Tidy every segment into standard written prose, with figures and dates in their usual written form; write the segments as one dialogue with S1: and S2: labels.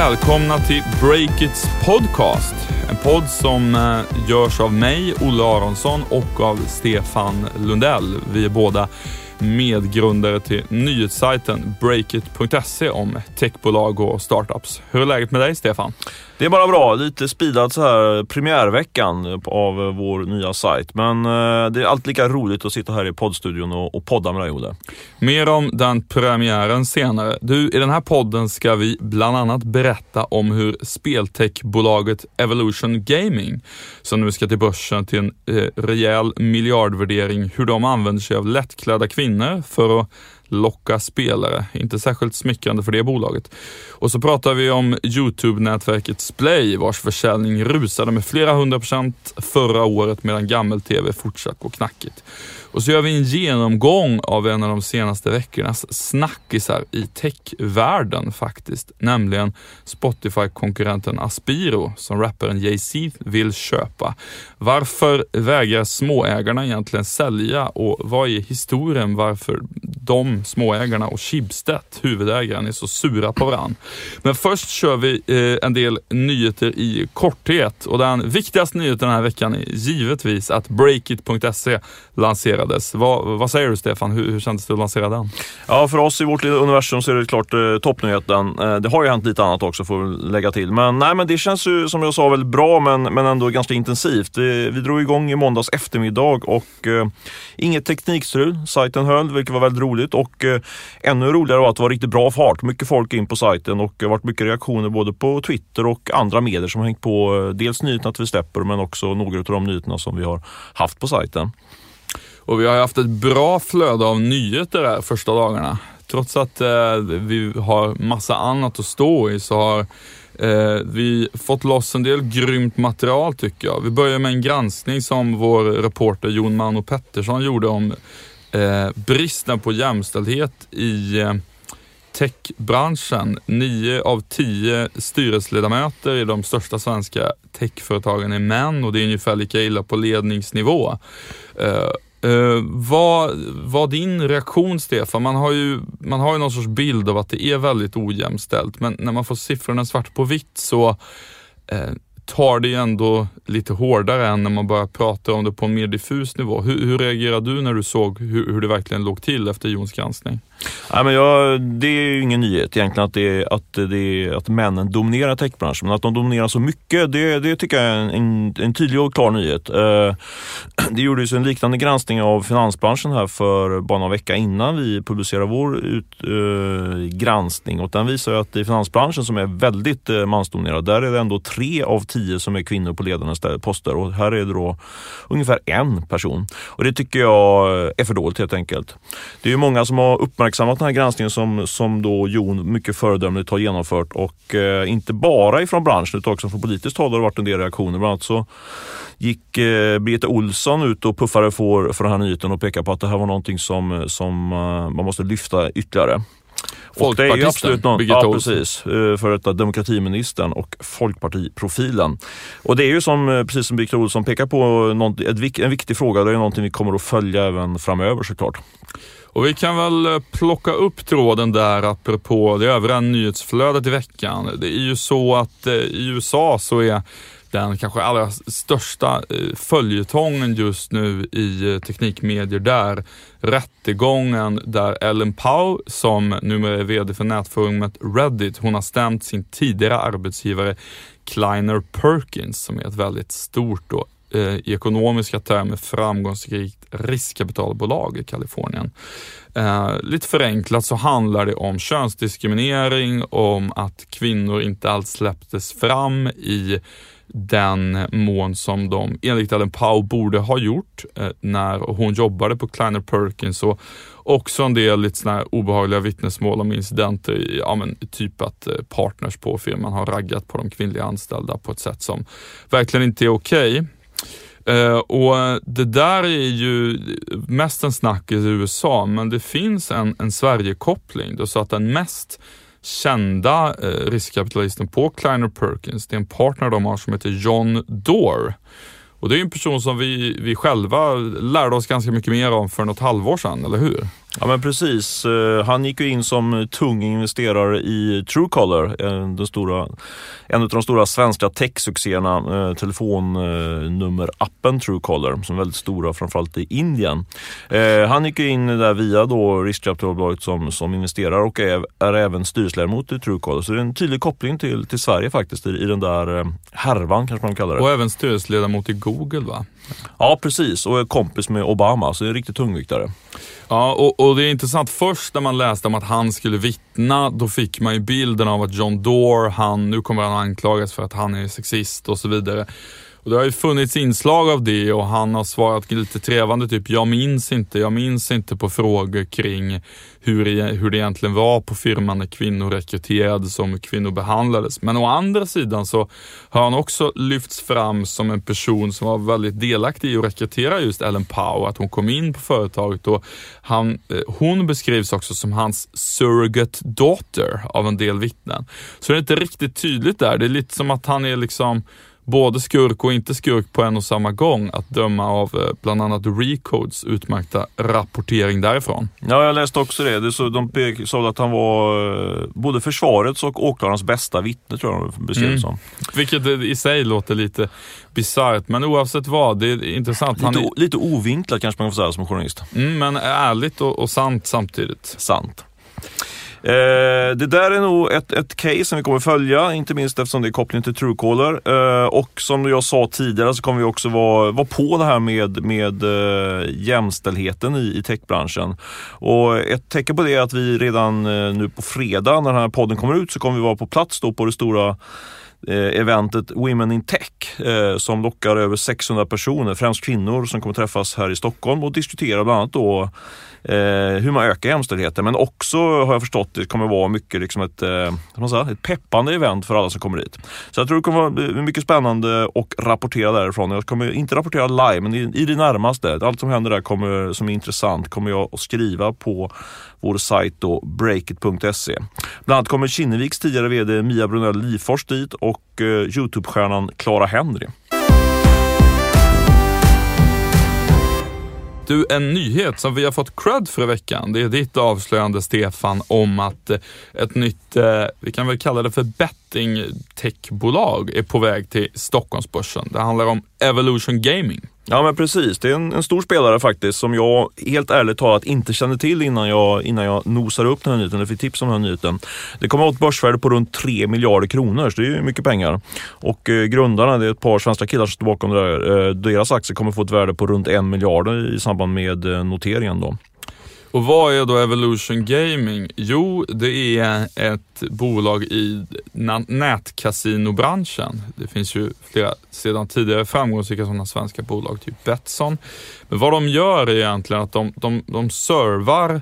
S1: välkomna till Breakits podcast. En podd som görs av mig, Olle Aronsson, och av Stefan Lundell. Vi är båda medgrundare till nyhetssajten Breakit.se om techbolag och startups. Hur är läget med dig, Stefan?
S2: Det är bara bra, lite speedat så här premiärveckan av vår nya sajt. Men det är alltid lika roligt att sitta här i poddstudion och podda med dig, Olle.
S1: Mer om den premiären senare. Du, i den här podden ska vi bland annat berätta om hur speltechbolaget Evolution Gaming, som nu ska till börsen till en rejäl miljardvärdering, hur de använder sig av lättklädda kvinnor för att locka spelare. Inte särskilt smickrande för det bolaget. Och så pratar vi om YouTube-nätverket Splay, vars försäljning rusade med flera 100% förra året medan gammel-tv fortsatt gå knackigt. Och så gör vi en genomgång av en av de senaste veckornas snackisar i techvärlden faktiskt, nämligen Spotify-konkurrenten Aspiro som rapparen Jay-Z vill köpa. Varför vägrar småägarna egentligen sälja, och vad är historien varför de småägarna och Schibsted, huvudägaren, är så sura på varann? Men först kör vi en del nyheter i korthet, och den viktigaste nyheten den här veckan är givetvis att Breakit.se lanserades. Vad säger du, Stefan? Hur kändes det att lansera den?
S2: Ja, för oss i vårt lilla universum så är det klart toppnyheten. Det har ju hänt lite annat också, får vi lägga till. Men det känns ju, som jag sa, väldigt bra men ändå ganska intensivt. Vi drog igång i måndags eftermiddag och inget teknikstrul. Sajten höll, vilket var väldigt roligt, och ännu roligare var att det var riktigt bra fart. Mycket folk in på sajten, och det har varit mycket reaktioner både på Twitter och andra medier som har hängt på dels nyheterna att vi släpper, men också några av de nyheterna som vi har haft på sajten.
S1: Och vi har haft ett bra flöde av nyheter här första dagarna. Trots att vi har massa annat att stå i, så har vi fått loss en del grymt material, tycker jag. Vi börjar med en granskning som vår reporter Jon Mano Pettersson gjorde om bristen på jämställdhet i techbranschen. 9 av 10 styrelseledamöter i de största svenska techföretagen är män, och det är ungefär lika illa på ledningsnivå. Vad var din reaktion, Stefan? Man har ju någon sorts bild av att det är väldigt ojämställt, men när man får siffrorna svart på vitt så tar det ändå lite hårdare än när man börjar prata om det på en mer diffus nivå. Hur reagerade du när du såg hur det verkligen låg till efter Jons granskning?
S2: Nej, men det är ju ingen nyhet egentligen att männen dominerar techbranschen, men att de dominerar så mycket, det tycker jag är en tydlig och klar nyhet. Det gjordes en liknande granskning av finansbranschen här för bara några vecka innan vi publicerade vår granskning, och den visar att i finansbranschen, som är väldigt mansdominerad, där är det ändå 3 av 10 som är kvinnor på ledande poster, och här är det då ungefär 1 person, och det tycker jag är för dåligt helt enkelt. Det är ju många som har uppmärksammat den här granskningen som då Jon mycket föredömligt har genomfört, och inte bara ifrån branschen utan också från politiskt håll har det varit en del reaktioner. Bland annat så gick Birgitta Olsson ut och puffade för den här nyheten och pekade på att det här var någonting som man måste lyfta ytterligare. Och det är ju absolut
S1: Birgitta
S2: Olsson. Precis, för detta demokratiministern och folkpartiprofilen. Och det är ju precis som Birgitta Olsson pekar på en viktig fråga. Det är någonting vi kommer att följa även framöver, såklart.
S1: Och vi kan väl plocka upp tråden där apropå det övriga nyhetsflödet i veckan. Det är ju så att i USA så är den kanske allra största följetongen just nu i teknikmedier där rättegången där Ellen Pao, som numera är vd för nätforumet Reddit, hon har stämt sin tidigare arbetsgivare Kleiner Perkins, som är ett väldigt stort och i ekonomiska termer framgångsrikt riskkapitalbolag i Kalifornien. Lite förenklat så handlar det om könsdiskriminering, om att kvinnor inte alls släpptes fram i den mån som de enligt Ellen Pao borde ha gjort när hon jobbade på Kleiner Perkins, och också en del lite såna här obehagliga vittnesmål om incidenter i, typ att partners på firman har raggat på de kvinnliga anställda på ett sätt som verkligen inte är okej. Och det där är ju mest en snackis i USA, men det finns en Sverige-koppling. Det så att den mest kända riskkapitalisten på Kleiner Perkins, det är en partner de har som heter John Doerr. Och det är en person som vi själva lärde oss ganska mycket mer om för något halvår sedan, eller hur?
S2: Ja men precis, han gick ju in som tung investerare i Truecaller, en av de stora svenska tech-succéerna, telefonnummer-appen Truecaller, som är väldigt stora framförallt i Indien. Han gick ju in där via då riskkapitalbolaget som investerare och är även styrelseledamot i Truecaller, så det är en tydlig koppling till Sverige faktiskt i den där härvan kanske man kallar det.
S1: Och även styrelseledamot i Google, va?
S2: Ja precis, och är kompis med Obama, så det är en riktigt tungviktare.
S1: Ja, och det är intressant. Först när man läste om att han skulle vittna, då fick man ju bilden av att John Doerr, nu kommer han anklagas för att han är sexist och så vidare. Och det har ju funnits inslag av det, och han har svarat lite trevande, typ jag minns inte på frågor kring hur det egentligen var på firman när kvinnor rekryterades, som kvinnor behandlades. Men å andra sidan så har han också lyfts fram som en person som var väldigt delaktig i att rekrytera just Ellen Pao, att hon kom in på företaget, och hon beskrivs också som hans surrogate daughter av en del vittnen. Så det är inte riktigt tydligt där. Det är lite som att han är liksom både skurk och inte skurk på en och samma gång, att döma av bland annat Recodes utmärkta rapportering därifrån.
S2: Ja, jag läste också det. De sa att han var både försvarets och åklagarens bästa vittne, tror jag de beskrev som.
S1: Vilket i sig låter lite bisarrt, men oavsett vad, det är intressant.
S2: Lite ovinklat kanske man får säga som journalist.
S1: Men ärligt och sant samtidigt.
S2: Sant. Det där är nog ett case som vi kommer följa, inte minst eftersom det är koppling till Truecaller, och som jag sa tidigare så kommer vi också vara på det här med jämställdheten i techbranschen, och ett tecken på det är att vi redan nu på fredag när den här podden kommer ut så kommer vi vara på plats då på det stora eventet Women in Tech, som lockar över 600 personer, främst kvinnor, som kommer träffas här i Stockholm och diskutera bland annat då hur man ökar jämställdheten, men också har jag förstått det kommer vara mycket liksom ett peppande event för alla som kommer dit. Så jag tror det kommer vara mycket spännande och rapportera därifrån. Jag kommer inte rapportera live, men i det närmaste. Allt som händer där som är intressant kommer jag att skriva på vår sajt då, breakit.se. Bland annat kommer Kinneviks tidigare vd Mia Brunell Lifors dit och YouTube-stjärnan Clara Henry.
S1: Du, en nyhet som vi har fått cred för i veckan, det är ditt avslöjande, Stefan, om att ett nytt, vi kan väl kalla det för betting-techbolag, är på väg till Stockholmsbörsen. Det handlar om Evolution Gaming.
S2: Ja men precis, det är en stor spelare faktiskt som jag helt ärligt talat inte kände till innan jag nosade upp den här nyheten, eller fick tips om den här nyheten. Det kommer att ha ett börsvärde på runt 3 miljarder kronor, så det är ju mycket pengar. Och grundarna, det är ett par svenska killar som står bakom det där, deras aktier kommer få ett värde på runt 1 miljard i samband med noteringen då.
S1: Och vad är då Evolution Gaming? Jo, det är ett bolag i nätkasinobranschen. Det finns ju flera sedan tidigare framgångsrika sådana svenska bolag, typ Betsson. Men vad de gör är egentligen att de servar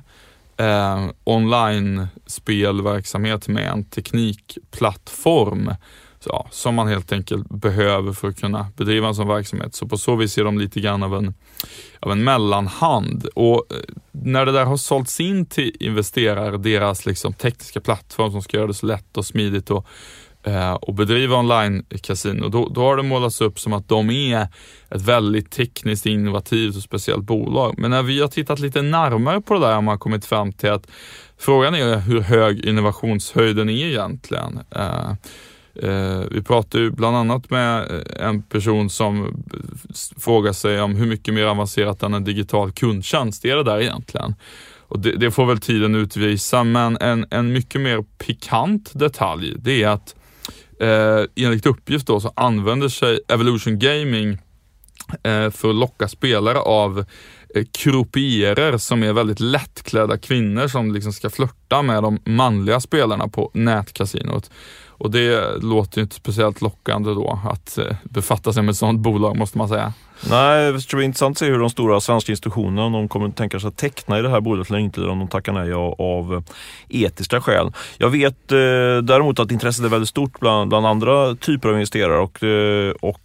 S1: online-spelverksamhet med en teknikplattform som man helt enkelt behöver för att kunna bedriva en sån verksamhet. Så på så vis är de lite grann av en mellanhand. Och när det där har sålts in till investerare, deras liksom tekniska plattform som ska göra det så lätt och smidigt och bedriva online-kasino, då har det målats upp som att de är ett väldigt tekniskt innovativt och speciellt bolag. Men när vi har tittat lite närmare på det där har man kommit fram till att frågan är hur hög innovationshöjden är egentligen. Vi pratar ju bland annat med en person som frågar sig om hur mycket mer avancerat än en digital kundtjänst är det där egentligen. Och det får väl tiden utvisa, men en mycket mer pikant detalj, det är att enligt uppgift då så använder sig Evolution Gaming för att locka spelare av croupiérer som är väldigt lättklädda kvinnor som liksom ska flirta med de manliga spelarna på nätkasinot. Och det låter ju inte speciellt lockande då att befatta sig med ett sådant bolag, måste man säga. Nej,
S2: det tror jag är intressant att se hur de stora svenska institutionerna, de kommer att tänka sig att teckna i det här bolaget eller inte, om de tackar nej av etiska skäl. Jag vet däremot att intresset är väldigt stort bland andra typer av investerare och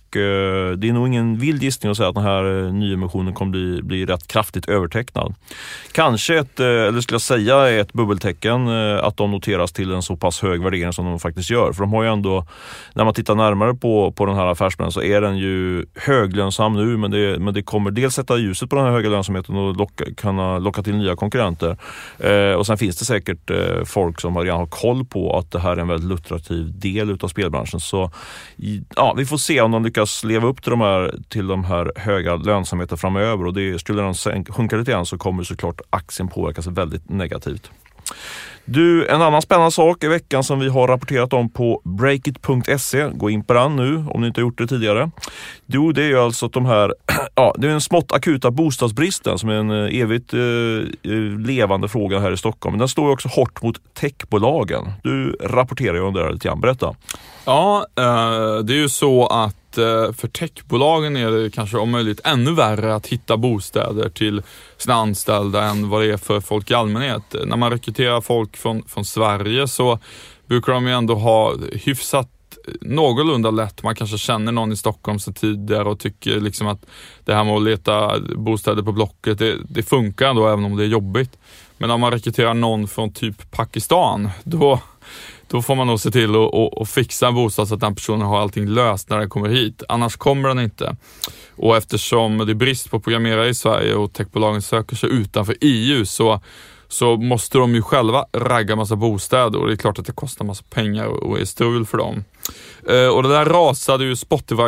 S2: det är nog ingen vild gissning att säga att den här nyemissionen kommer bli rätt kraftigt övertecknad. Kanske eller skulle jag säga ett bubbeltecken att de noteras till en så pass hög värdering som de faktiskt gör. För de har ju ändå, när man tittar närmare på den här affärsplanen, så är den ju höglönsam nu, men det kommer dels sätta ljuset på den här höga lönsamheten och kunna locka till nya konkurrenter. Och sen finns det säkert folk som redan har koll på att det här är en väldigt lukrativ del utav spelbranschen. Så ja, vi får se om de lyckas leva upp till de här höga lönsamheter framöver, och det skulle de sjunka lite grann så kommer såklart aktien påverkas väldigt negativt. Du, en annan spännande sak i veckan som vi har rapporterat om på breakit.se, gå in på den nu om ni inte har gjort det tidigare. Jo, det är ju alltså att det är en smått akuta bostadsbristen som är en evigt levande fråga här i Stockholm. Men den står ju också hårt mot techbolagen. Du rapporterar ju om det här lite grann, berätta.
S1: Ja, det är ju så att för techbolagen är det kanske om möjligt ännu värre att hitta bostäder till sina anställda än vad det är för folk i allmänhet. När man rekryterar folk från Sverige så brukar de ju ändå ha hyfsat någorlunda lätt. Man kanske känner någon i Stockholm sedan tidigare och tycker liksom att det här med att leta bostäder på Blocket, det funkar ändå även om det är jobbigt. Men om man rekryterar någon från typ Pakistan, då får man nog se till att fixa en bostad så att den personen har allting löst när den kommer hit. Annars kommer den inte. Och eftersom det är brist på programmerare i Sverige och techbolagen söker sig utanför EU så måste de ju själva ragga massa bostäder, och det är klart att det kostar massa pengar och är strul för dem. Och det där rasade ju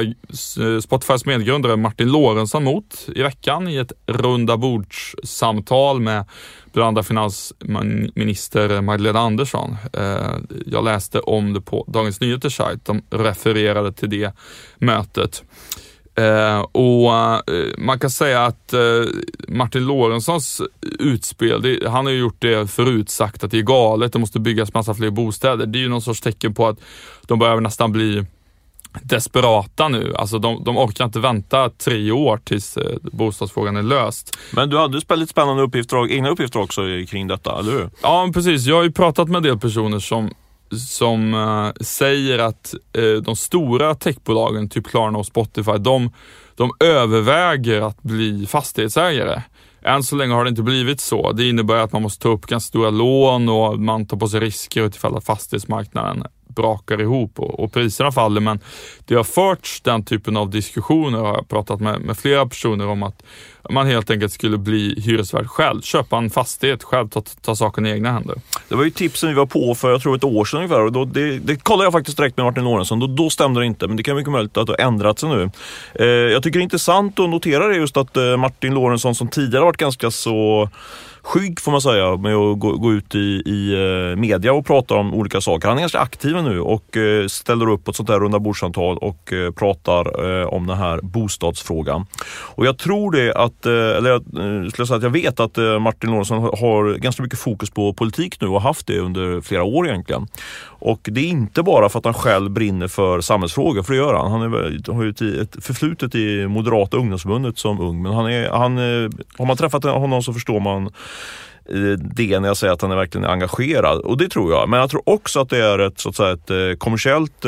S1: Spotifys medgrundare Martin Lorentzon mot i veckan i ett rundabordssamtal med bland andra finansminister Magdalena Andersson. Jag läste om det på Dagens Nyheters sajt. De refererade till det mötet. Och man kan säga att Martin Lorentzons utspel, han har ju gjort det förut, sagt att det är galet, det måste byggas massa fler bostäder. Det är ju någon sorts tecken på att de börjar nästan bli desperata nu. Alltså de orkar inte vänta 3 år tills bostadsfrågan är löst.
S2: Men du hade lite spännande egna uppgifter också kring detta, eller hur?
S1: Ja, precis. Jag har ju pratat med en del personer som säger att de stora techbolagen, typ Klarna och Spotify, de överväger att bli fastighetsägare. Än så länge har det inte blivit så. Det innebär att man måste ta upp ganska stora lån och man tar på sig risker utifall att fastighetsmarknaden brakar ihop och priserna faller. Men det har förts den typen av diskussioner, och jag har pratat med flera personer om att man helt enkelt skulle bli hyresvärd själv, köpa en fastighet själv, ta saken i egna händer.
S2: Det var ju tipsen vi var på för jag tror ett år sedan ungefär, och det kollade jag faktiskt direkt med Martin Lorentzon. Då stämde det inte, men det kan mycket möjligt att det har ändrat sig nu. Jag tycker det är intressant att notera det just att Martin Lorentzon, som tidigare varit ganska så skygg får man säga med att gå ut i media och prata om olika saker. Han är ganska aktiv nu och ställer upp på ett sånt här rundabordssamtal och pratar om den här bostadsfrågan. Och jag tror det att, eller jag skulle säga att jag vet att Martin Lorentzon har ganska mycket fokus på politik nu och har haft det under flera år egentligen. Och det är inte bara för att han själv brinner för samhällsfrågor, för det gör han. Han har ju ett förflutet i Moderata ungdomsförbundet som ung, men har man träffat honom så förstår man det när jag säger att han är verkligen engagerad, och det tror jag. Men jag tror också att det är ett kommersiellt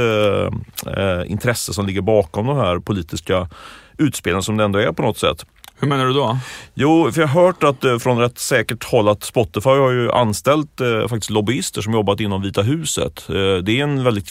S2: intresse som ligger bakom de här politiska utspelen som det ändå är på något sätt.
S1: Hur menar du då?
S2: Jo, för jag har hört att från rätt säkert håll att Spotify har ju anställt faktiskt lobbyister som jobbat inom Vita huset. Det är en väldigt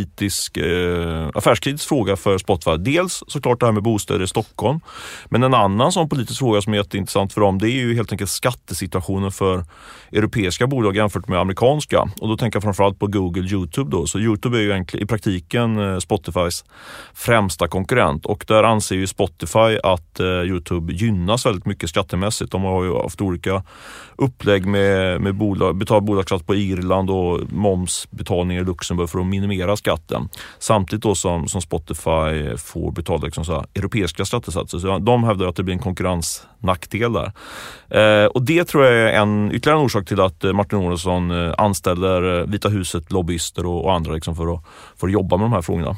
S2: affärskritisk fråga för Spotify. Dels såklart det här med bostäder i Stockholm, men en annan sån politisk fråga som är jätteintressant för dem, det är ju helt enkelt skattesituationen för europeiska bolag jämfört med amerikanska. Och då tänker jag framförallt på Google, YouTube då. Så YouTube är ju egentligen i praktiken Spotifys främsta konkurrent, och där anser ju Spotify att YouTube gynnas väldigt mycket skattemässigt. De har ju haft olika upplägg med betala bolagsskatt på Irland och momsbetalningar i Luxemburg för att minimera skatten. Samtidigt då som Spotify får betala liksom så här europeiska skattesatser. Så de hävdar att det blir en konkurrensnackdel där. Och det tror jag är ytterligare en orsak till att Martin Lorentzon anställer Vita huset, lobbyister och andra liksom för att jobba med de här frågorna.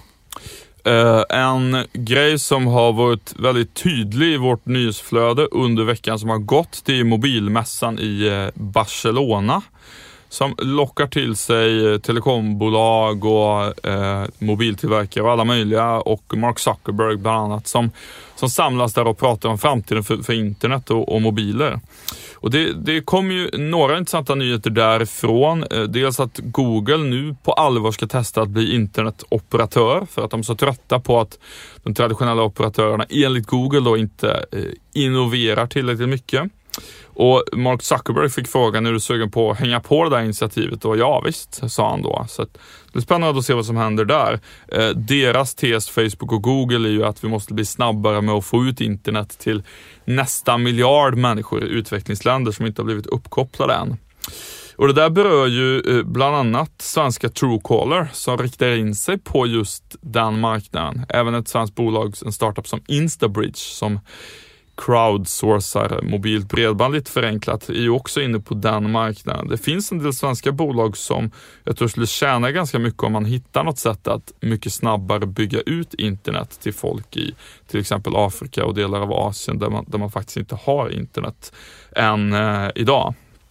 S1: En grej som har varit väldigt tydlig i vårt nyhetsflöde under veckan som har gått, det är mobilmässan i Barcelona som lockar till sig telekombolag och mobiltillverkare och alla möjliga, och Mark Zuckerberg bland annat, som samlas där och pratar om framtiden för internet och mobiler. Och det kommer ju några intressanta nyheter därifrån. Dels att Google nu på allvar ska testa att bli internetoperatör, för att de är så trötta på att de traditionella operatörerna enligt Google då inte innoverar tillräckligt mycket. Och Mark Zuckerberg fick frågan: är du sugen på att hänga på det där initiativet? Och ja visst, sa han då. Så att det är spännande att se vad som händer där. Deras tes, Facebook och Google, är ju att vi måste bli snabbare med att få ut internet till nästa miljard människor i utvecklingsländer som inte har blivit uppkopplade än. Och det där berör ju bland annat svenska Truecaller, som riktar in sig på just den marknaden. Även ett svenskt bolag, en startup som Instabridge, som crowdsourcar mobilt bredband lite förenklat, är ju också inne på den marknaden. Det finns en del svenska bolag som jag tror skulle tjäna ganska mycket om man hittar något sätt att mycket snabbare bygga ut internet till folk i till exempel Afrika och delar av Asien där man faktiskt inte har internet än idag.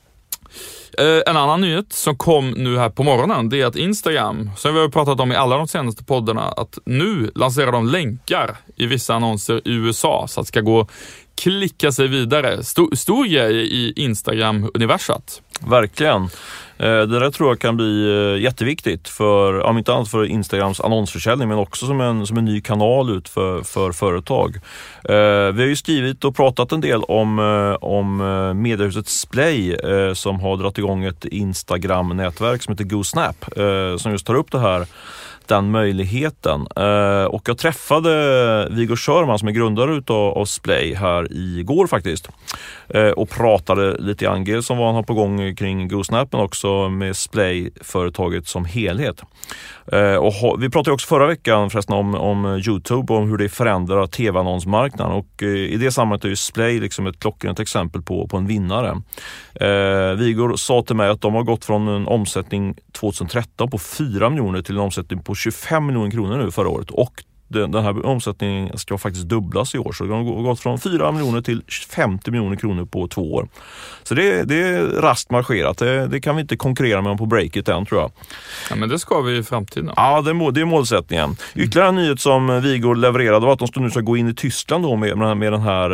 S1: En annan nyhet som kom nu här på morgonen, det är att Instagram, som vi har pratat om i alla de senaste poddarna, att nu lanserar de länkar i vissa annonser i USA så att det ska gå klicka sig vidare. Stor grej i Instagram-universat.
S2: Verkligen. Det där tror jag kan bli jätteviktigt för, om inte annat för Instagrams annonsförsäljning, men också som en ny kanal ut för företag. Vi har ju skrivit och pratat en del om mediehuset Splay som har dragit igång ett Instagram-nätverk som heter GoSnap, som just tar upp den möjligheten. Och jag träffade Viggo Körman som är grundare av Splay här igår faktiskt. Och pratade lite grann som vad han har på gång kring GoSnap, men också med Splay-företaget som helhet. Och vi pratade också förra veckan förresten om YouTube och om hur det förändrar tv-annonsmarknaden, och i det sammanhanget är ju Splay liksom ett klockrent exempel på en vinnare. Viggo sa till mig att de har gått från en omsättning 2013 på 4 miljoner till en omsättning på 25 miljoner kronor nu förra året, och den här omsättningen ska faktiskt dubblas i år, så de har gått från 4 miljoner till 50 miljoner kronor på 2 år. Så det är raskt marscherat. Det kan vi inte konkurrera med på breaket än, tror jag.
S1: Ja, men det ska vi i framtiden.
S2: Ja, det är målsättningen. Ytterligare en nyhet som Viggo levererade var att de nu ska gå in i Tyskland då med den här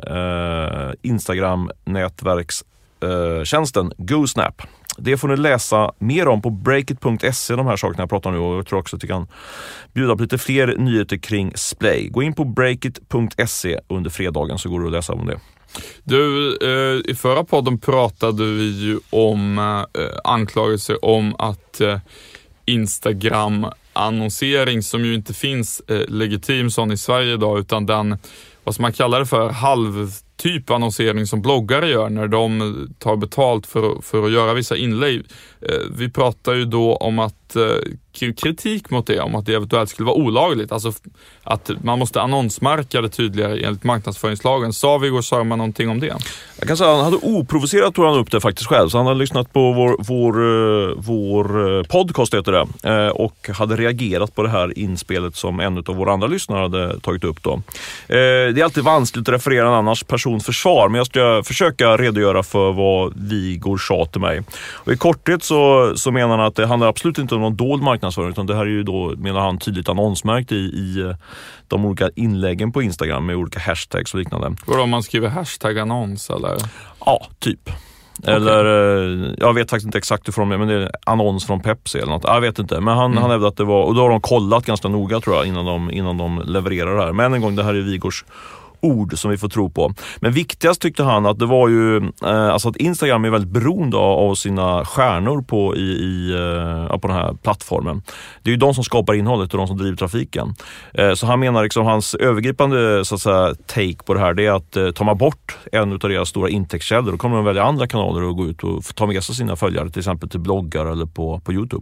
S2: Instagram-nätverkstjänsten GoSnap. Det får ni läsa mer om på breakit.se, de här sakerna jag pratar om nu, och jag tror också att vi kan bjuda på lite fler nyheter kring Splay. Gå in på breakit.se under fredagen så går det att läsa om det.
S1: Du, i förra podden pratade vi ju om anklagelser om att Instagram-annonsering, som ju inte finns legitim sån i Sverige idag, utan den, vad som man kallar det för, halvtyp annonsering som bloggare gör när de tar betalt för att göra vissa inlägg. Vi pratar ju då om att kritik mot det, om att det eventuellt skulle vara olagligt, alltså att man måste annonsmarka det tydligare enligt marknadsföringslagen. Sa Viggo Körman någonting om det? Jag
S2: kan säga att han hade oprovocerat tog han upp det faktiskt själv, så han hade lyssnat på vår podcast heter det, och hade reagerat på det här inspelet som en av våra andra lyssnare hade tagit upp då. Det är alltid vanskligt att referera en annars persons försvar, men jag ska försöka redogöra för vad Viggo sa till mig. Och i korthet så menar han att det handlar absolut inte om någon dold marknadsföring, utan det här är ju då, menar han, tydligt annonsmärkt i de olika inläggen på Instagram med olika hashtags och liknande.
S1: Vadå, om man skriver hashtag-annons eller?
S2: Ja, typ. Okay. Eller, jag vet faktiskt inte exakt ifrån det, men det är annons från Pepsi eller något. Jag vet inte, men han hävdade att det var, och då har de kollat ganska noga tror jag innan de levererar det här. Men en gång, det här är Viggors ord som vi får tro på. Men viktigast tyckte han att det var ju alltså att Instagram är väldigt beroende av sina stjärnor på den här plattformen. Det är ju de som skapar innehållet och de som driver trafiken. Så han menar liksom, hans övergripande så att säga take på det här, det är att tar man bort en av deras stora intäktskällor, då kommer de välja andra kanaler och gå ut och ta med sig sina följare, till exempel till bloggar eller på YouTube.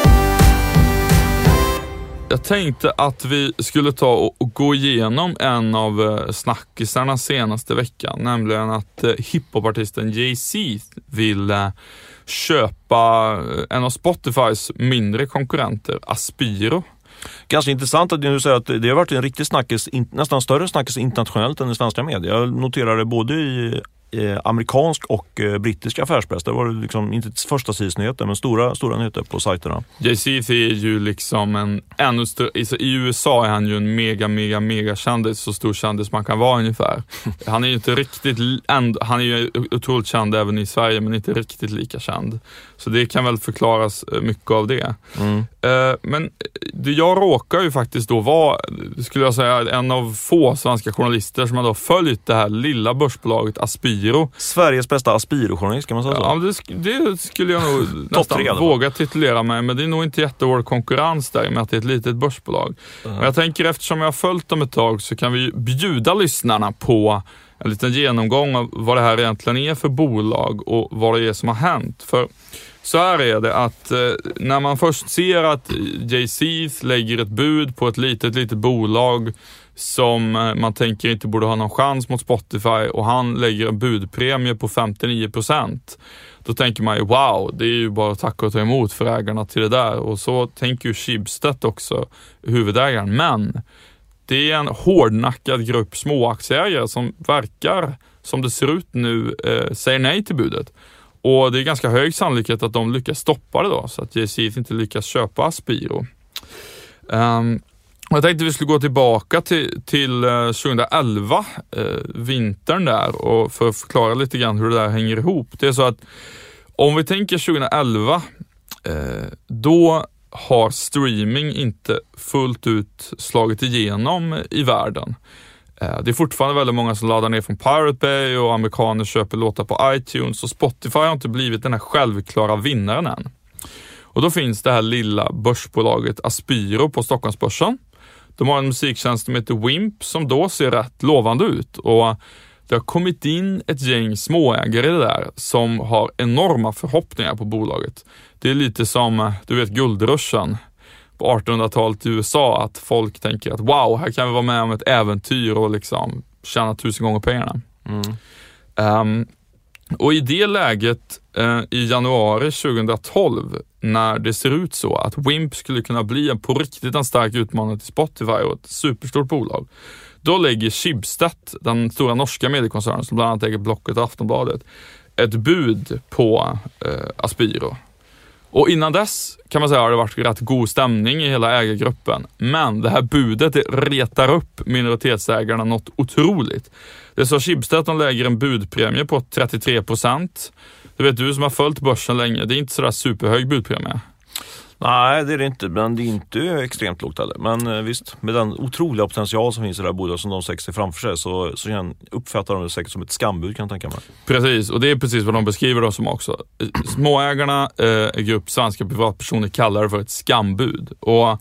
S1: Jag tänkte att vi skulle ta och gå igenom en av snackisarna senaste veckan, nämligen att hiphopartisten Jay-Z vill köpa en av Spotifys mindre konkurrenter, Aspiro.
S2: Ganska intressant att du säger att det har varit en riktig snackis, nästan större snackis internationellt än i svenska medier. Jag noterar det både amerikansk och brittisk affärspress. Det var liksom inte första nyheter, men stora nyheter på sajterna.
S1: Jay-Z är ju liksom en ännu större, i USA är han ju en mega kändis, så stor kändis man kan vara ungefär. Han är ju inte riktigt, han är ju otroligt känd även i Sverige, men inte riktigt lika känd. Så det kan väl förklaras mycket av det. Men jag råkar ju faktiskt då vara, skulle jag säga, en av få svenska journalister som har då följt det här lilla börsbolaget Aspiro.
S2: Sveriges bästa Aspiro-journalist, kan man säga så?
S1: Ja, det skulle jag nog nästan våga titulera mig, men det är nog inte jättehård konkurrens där med att det är ett litet börsbolag. Men jag tänker, eftersom jag har följt dem ett tag, så kan vi bjuda lyssnarna på en liten genomgång av vad det här egentligen är för bolag och vad det är som har hänt. För så här är det att när man först ser att Jay-Z lägger ett bud på ett litet bolag som man tänker inte borde ha någon chans mot Spotify, och han lägger en budpremie på 59%. Då tänker man ju, wow, det är ju bara att tacka och ta emot för ägarna till det där. Och så tänker ju Schibsted också, huvudägaren. Men det är en hårdnackad grupp småaktieägare som verkar, som det ser ut nu, säger nej till budet. Och det är ganska hög sannolikhet att de lyckas stoppa det då, så att Jay-Z inte lyckas köpa Aspiro. Jag tänkte vi skulle gå tillbaka till 2011, vintern där, och för att förklara lite grann hur det där hänger ihop. Det är så att om vi tänker 2011, då har streaming inte fullt ut slagit igenom i världen. Det är fortfarande väldigt många som laddar ner från Pirate Bay, och amerikaner köper låtar på iTunes, och Spotify har inte blivit den här självklara vinnaren än. Och då finns det här lilla börsbolaget Aspiro på Stockholmsbörsen. De har en musiktjänst som heter Wimp som då ser rätt lovande ut, och det har kommit in ett gäng småägare där som har enorma förhoppningar på bolaget. Det är lite som, du vet, guldruschen på 1800-talet i USA, att folk tänker att wow, här kan vi vara med om ett äventyr och liksom tjäna 1000 gånger pengarna. Och i det läget i januari 2012, när det ser ut så att Wimp skulle kunna bli på riktigt en stark utmanare till Spotify och ett superstort bolag, då lägger Schibsted, den stora norska mediekoncernen som bland annat äger Blocket och Aftonbladet, ett bud på Aspiro. Och innan dess kan man säga har det varit rätt god stämning i hela ägargruppen. Men det här budet retar upp minoritetsägarna något otroligt. Det är så Schibsted att de lägger en budpremie på 33%. Du vet, du som har följt börsen länge, det är inte sådär superhög budpremie.
S2: Nej, det är det inte, men det är inte extremt lågt heller. Men visst, med den otroliga potential som finns i det här bolaget som de ser framför sig, så uppfattar de det säkert som ett skambud, kan jag tänka mig. Precis,
S1: och det är precis vad de beskriver det som också. Småägarna, grupp svenska privatpersoner, kallar det för ett skambud. Och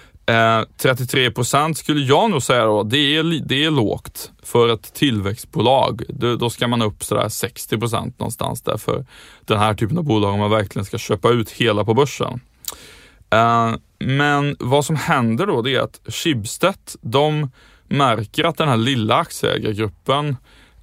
S1: 33% skulle jag nog säga då, det är lågt för ett tillväxtbolag. Då ska man upp sådär 60% någonstans där för den här typen av bolag om man verkligen ska köpa ut hela på börsen. Men vad som händer då, det är att Schibsted, de märker att den här lilla aktieägargruppen,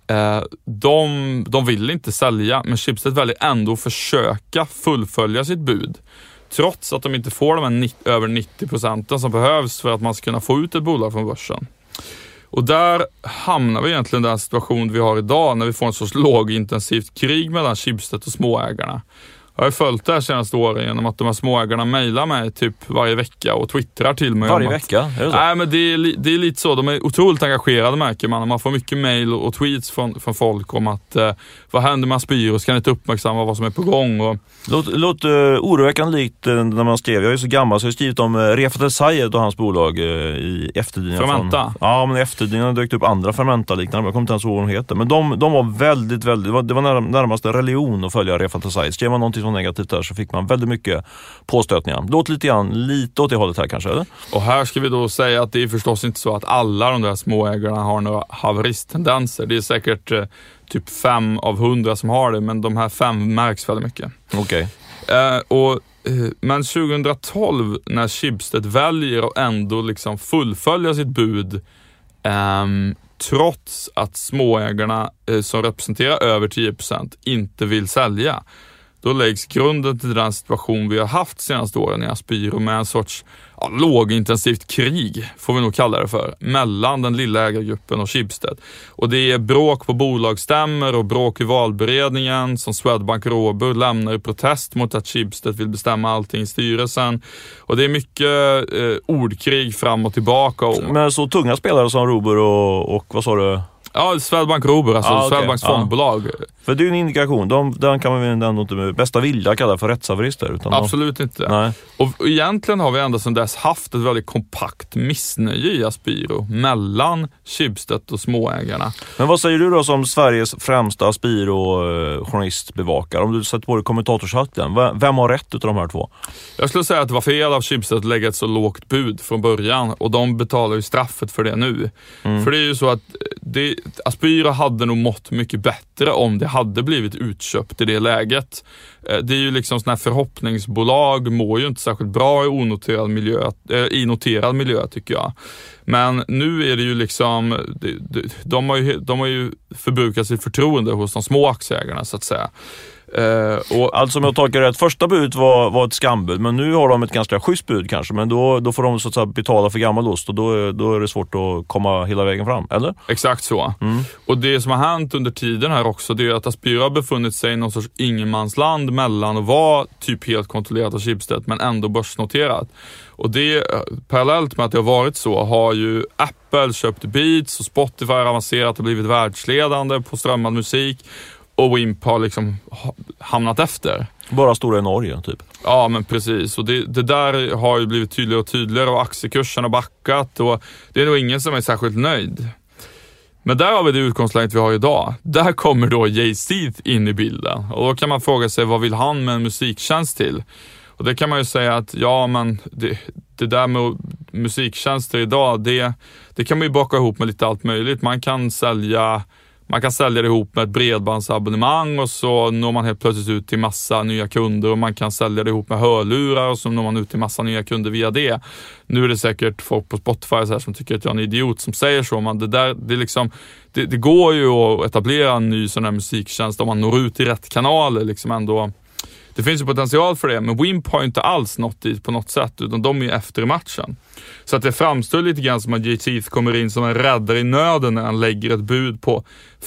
S1: de vill inte sälja, men Schibsted väljer ändå försöka fullfölja sitt bud. Trots att de inte får de här över 90% som behövs för att man ska kunna få ut ett bolag från börsen. Och där hamnar vi egentligen i den situation vi har idag, när vi får en sorts lågintensivt krig mellan Schibsted och småägarna. Jag har följt det här senaste åren genom att de här småägarna mejlar mig typ varje vecka och twittrar till mig.
S2: Varje vecka? Är det så?
S1: Nej, men det är lite så. De är otroligt engagerade, märker man. Man får mycket mejl och tweets från folk om att vad händer med Aspiro? Ska ni inte uppmärksamma vad som är på gång? Och
S2: låter oroväckande likt när man skrev. Jag är så gammal så jag har skrivit om Refaat El-Sayed och hans bolag i efterdyningar.
S1: Fermenta?
S2: Ja, men i efterdyningarna dök upp andra Fermenta-liknande. Jag kommer inte ens ihåg vad de heter. Men de var väldigt, det var närmast en religion att följa Refaat El-Sayed. Skrev man någonting negativt där så fick man väldigt mycket påstötningar. Låt lite åt det hållet här kanske, eller?
S1: Och här ska vi då säga att det är förstås inte så att alla de där småägarna har några haveristtendenser. Det är säkert typ 5 av 100 som har det, men de här 5 märks väldigt mycket.
S2: Okej.
S1: Men 2012 när Schibsted väljer att ändå liksom fullfölja sitt bud, trots att småägarna som representerar över 10% inte vill sälja, då läggs grunden till den situation vi har haft senaste åren i Aspiro med en sorts lågintensivt krig, får vi nog kalla det för, mellan den lilla ägargruppen och Schibsted. Och det är bråk på bolagsstämmor och bråk i valberedningen som Swedbank Robur lämnar i protest mot att Schibsted vill bestämma allting i styrelsen. Och det är mycket ordkrig fram och tillbaka.
S2: Men så tunga spelare som Robur och vad sa du?
S1: Ja, Swedbank Robur, alltså Swedbanks fondbolag.
S2: För det är ju en indikation. Den kan man ju ändå inte med bästa vilja kalla för rättshaverister. Utan
S1: absolut inte.
S2: Nej.
S1: Och egentligen har vi ända sedan dess haft ett väldigt kompakt missnöje i Aspiro mellan Schibsted och småägarna.
S2: Men vad säger du då som Sveriges främsta Aspiro-journalistbevakare? Om du sätter på dig kommentatorshatten, vem har rätt utav de här två?
S1: Jag skulle säga att det var fel av Schibsted att lägga ett så lågt bud från början. Och de betalar ju straffet för det nu. För det är ju så att Aspiro hade nog mått mycket bättre om det hade blivit utköpt i det läget. Det är ju liksom sådana här förhoppningsbolag mår ju inte särskilt bra i noterad miljö tycker jag. Men nu är det ju liksom de har ju förbrukat sitt förtroende hos de små aktieägarna så att säga.
S2: Alltså om jag tolkar rätt, första bud var ett skambud, men nu har de ett ganska schysst bud kanske, men då får de så att säga betala för gammal ost och då är det svårt att komma hela vägen fram, eller?
S1: Exakt så. Och det som har hänt under tiden här också, det är att Aspiro har befunnit sig i någon sorts ingenmansland mellan att vara typ helt kontrollerat av Schibsted men ändå börsnoterat. Och det, parallellt med att det har varit så, har ju Apple köpt Beats och Spotify har avancerat och blivit världsledande på strömmad musik. Och Wimp har liksom hamnat efter.
S2: Bara stora i Norge typ.
S1: Ja men precis. Och det där har ju blivit tydligare och tydligare och aktiekursen har backat. Och det är nog ingen som är särskilt nöjd. Men där har vi det utgångsläget vi har idag. Där kommer då Jay-Z in i bilden. Och då kan man fråga sig, vad vill han med en musiktjänst till? Och det kan man ju säga att ja men det där med musiktjänster idag, det kan man ju baka ihop med lite allt möjligt. Man kan sälja det ihop med ett bredbandsabonnemang och så når man helt plötsligt ut till massa nya kunder, och man kan sälja det ihop med hörlurar och så når man ut till massa nya kunder via det. Nu är det säkert folk på Spotify så här som tycker att jag är en idiot som säger så, men det går ju att etablera en ny sån här musiktjänst om man når ut i rätt kanaler liksom ändå. Det finns ju potential för det, men Wimp har ju inte alls nått dit på något sätt, utan de är ju efter matchen. Så att det framstår lite grann som att Jay-Z kommer in som en räddare i nöden när han lägger ett bud på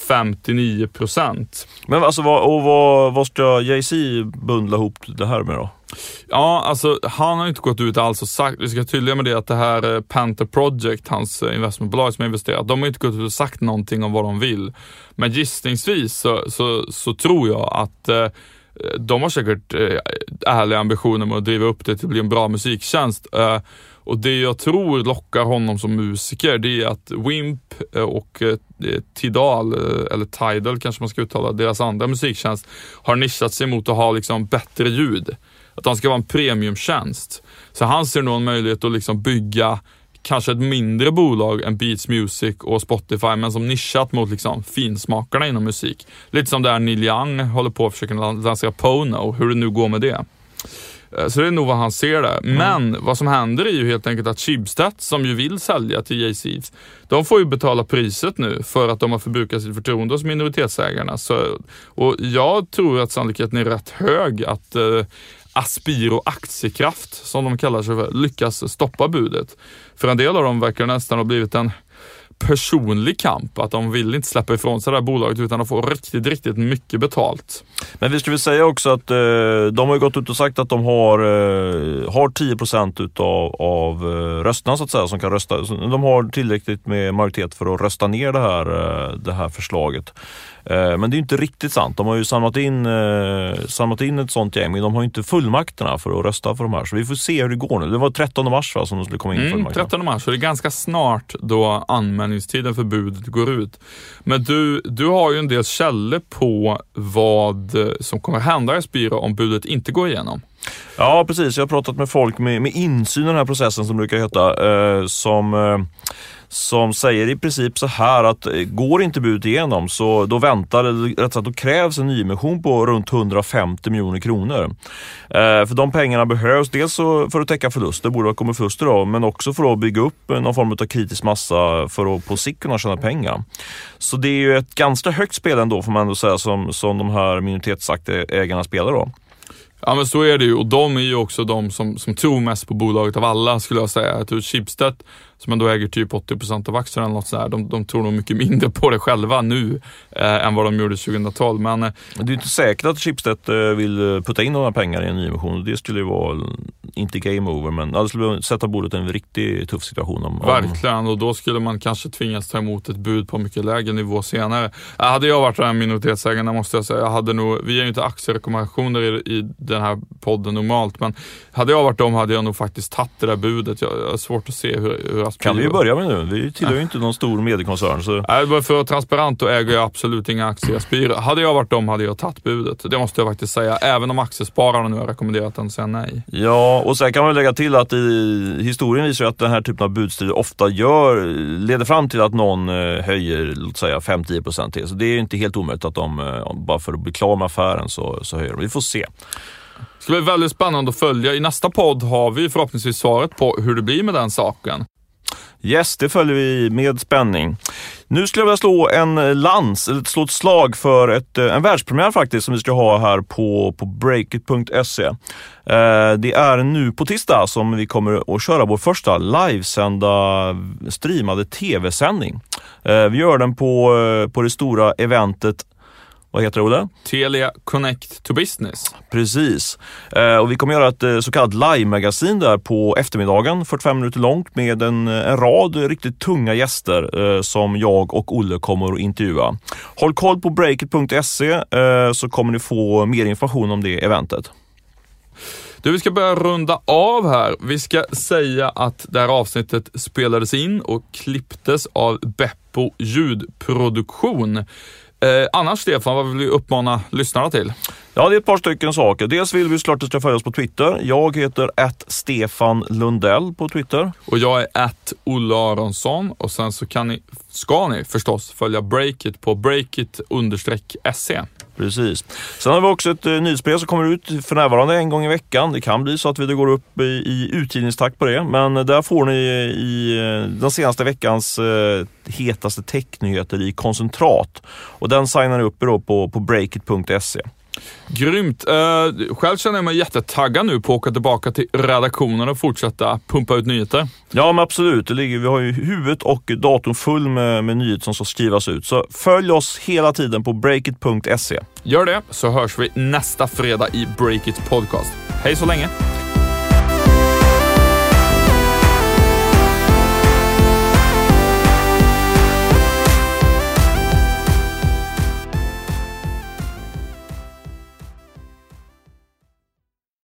S1: 59%.
S2: Men alltså, vad ska Jay-Z bundla ihop det här med då?
S1: Ja, alltså han har inte gått ut alls och sagt, vi ska tydliga med det, att det här Panther Project, hans investmentbolag som har investerat, de har inte gått ut och sagt någonting om vad de vill. Men gissningsvis så tror jag att de har säkert ärliga ambitioner med att driva upp det till att bli en bra musiktjänst. Och det jag tror lockar honom som musiker, det är att Wimp och Tidal, eller Tidal kanske man ska uttala, deras andra musiktjänst, har nischat sig mot att ha liksom bättre ljud. Att de ska vara en premiumtjänst. Så han ser nog en möjlighet att liksom bygga kanske ett mindre bolag än Beats Music och Spotify, men som nischat mot liksom finsmakarna inom musik. Lite som där Neil Young håller på att försöka lansera Pono, hur det nu går med det. Så det är nog vad han ser där. Men vad som händer är ju helt enkelt att Schibsted, som ju vill sälja till Jay-Z, de får ju betala priset nu för att de har förbrukat sitt förtroende hos minoritetsägarna. Och jag tror att sannolikheten är rätt hög att Aspiro Aktiekraft, som de kallar sig för, lyckas stoppa budet. För en del av dem verkar nästan ha blivit en personlig kamp, att de vill inte släppa ifrån sig det här bolaget utan att få riktigt mycket betalt. Men
S2: vi skulle säga också att de har ju gått ut och sagt att de har 10% av rösterna så att säga som kan rösta. De har tillräckligt med majoritet för att rösta ner det här förslaget. Men det är ju inte riktigt sant. De har ju samlat in ett sånt gäng, men de har ju inte fullmakterna för att rösta för de här. Så vi får se hur det går nu. Det var 13 mars som de skulle komma in fullmakterna.
S1: 13 mars, så det är ganska snart då anmälningstiden för budet går ut. Men du har ju en del källor på vad som kommer hända i Aspiro om budet inte går igenom.
S2: Ja, precis. Jag har pratat med folk med insyn i den här processen som brukar heta, som säger i princip så här att går inte budet igenom så då krävs en nyemission på runt 150 miljoner kronor. För de pengarna behövs dels för att täcka förluster, borde ha kommit förluster då, men också för att bygga upp någon form av kritisk massa för att på sikt kunna tjäna pengar. Så det är ju ett ganska högt spel ändå, får man ändå säga, som de här minoritetsägarna spelar då.
S1: Ja, men så är det ju, och de är ju också de som tror mest på bolaget av alla, skulle jag säga. Jag tror Schibsted, som man då äger typ 80% av aktierna eller något sådär, de tror nog mycket mindre på det själva nu än vad de gjorde 2012. Men
S2: det är ju inte säkert att Schibsted vill putta in några pengar i en nyemission. Det skulle ju vara inte game over, men det skulle sätta bordet i en riktigt tuff situation.
S1: Verkligen, och då skulle man kanske tvingas ta emot ett bud på mycket lägre nivå senare. Hade jag varit den minoritetsägarna, måste jag säga, vi är ju inte aktierekommendationer i den här podden normalt, men hade jag varit dem hade jag nog faktiskt tagit det där budet. Jag har svårt att se hur Aspiro...
S2: Kan vi ju börja med nu? Vi tillhör ju inte någon stor mediekoncern. Så...
S1: Nej, bara för att transparent och äger jag absolut inga aktier i Aspiro. Hade jag varit dem hade jag tagit budet. Det måste jag faktiskt säga, även om aktiespararna nu har rekommenderat den, säga nej.
S2: Ja, och sen kan man lägga till att i historien visar att den här typen av budstrider ofta leder fram till att någon höjer, låt säga 5-10% till. Så det är inte helt omöjligt att de, bara för att bli klar med affären så höjer de. Vi får se.
S1: Det ska bli väldigt spännande att följa. I nästa podd har vi förhoppningsvis svaret på hur det blir med den saken.
S2: Yes, det följer vi med spänning. Nu skulle jag vilja slå ett slag för en världspremiär faktiskt som vi ska ha här på breakit.se. Det är nu på tisdag som vi kommer att köra vår första livesända streamade tv-sändning. Vi gör den på det stora eventet. Vad heter det, Olle?
S1: Telia Connect to Business.
S2: Precis. Och vi kommer göra ett så kallat live-magasin där på eftermiddagen, 45 minuter långt, med en rad riktigt tunga gäster som jag och Olle kommer att intervjua. Håll koll på breakit.se så kommer ni få mer information om det eventet.
S1: Vi ska börja runda av här. Vi ska säga att det här avsnittet spelades in och klipptes av Beppo ljudproduktion. Annars, Stefan, vad vill vi uppmana lyssnarna till?
S2: Ja, det är ett par stycken saker. Dels vill vi såklart att du ska följa oss på Twitter. Jag heter @Stefan Lundell på Twitter.
S1: Och jag är @Olle Aronsson. Och sen så ska ni förstås följa Breakit på breakit_se.
S2: Precis. Sen har vi också ett nyhetsbrev som kommer ut för närvarande en gång i veckan. Det kan bli så att vi går upp i utgivningstakt på det. Men där får ni i den senaste veckans hetaste technyheter i koncentrat. Och den signar ni upp då på breakit.se.
S1: Grymt. Själv känner jag mig jättetaggad nu på att åka tillbaka till redaktionen och fortsätta pumpa ut nyheter.
S2: Ja, men absolut. Vi har ju huvudet och datorn full med nyheter som ska skrivas ut. Så följ oss hela tiden på breakit.se.
S1: Gör det, så hörs vi nästa fredag i Breakit podcast. Hej så länge!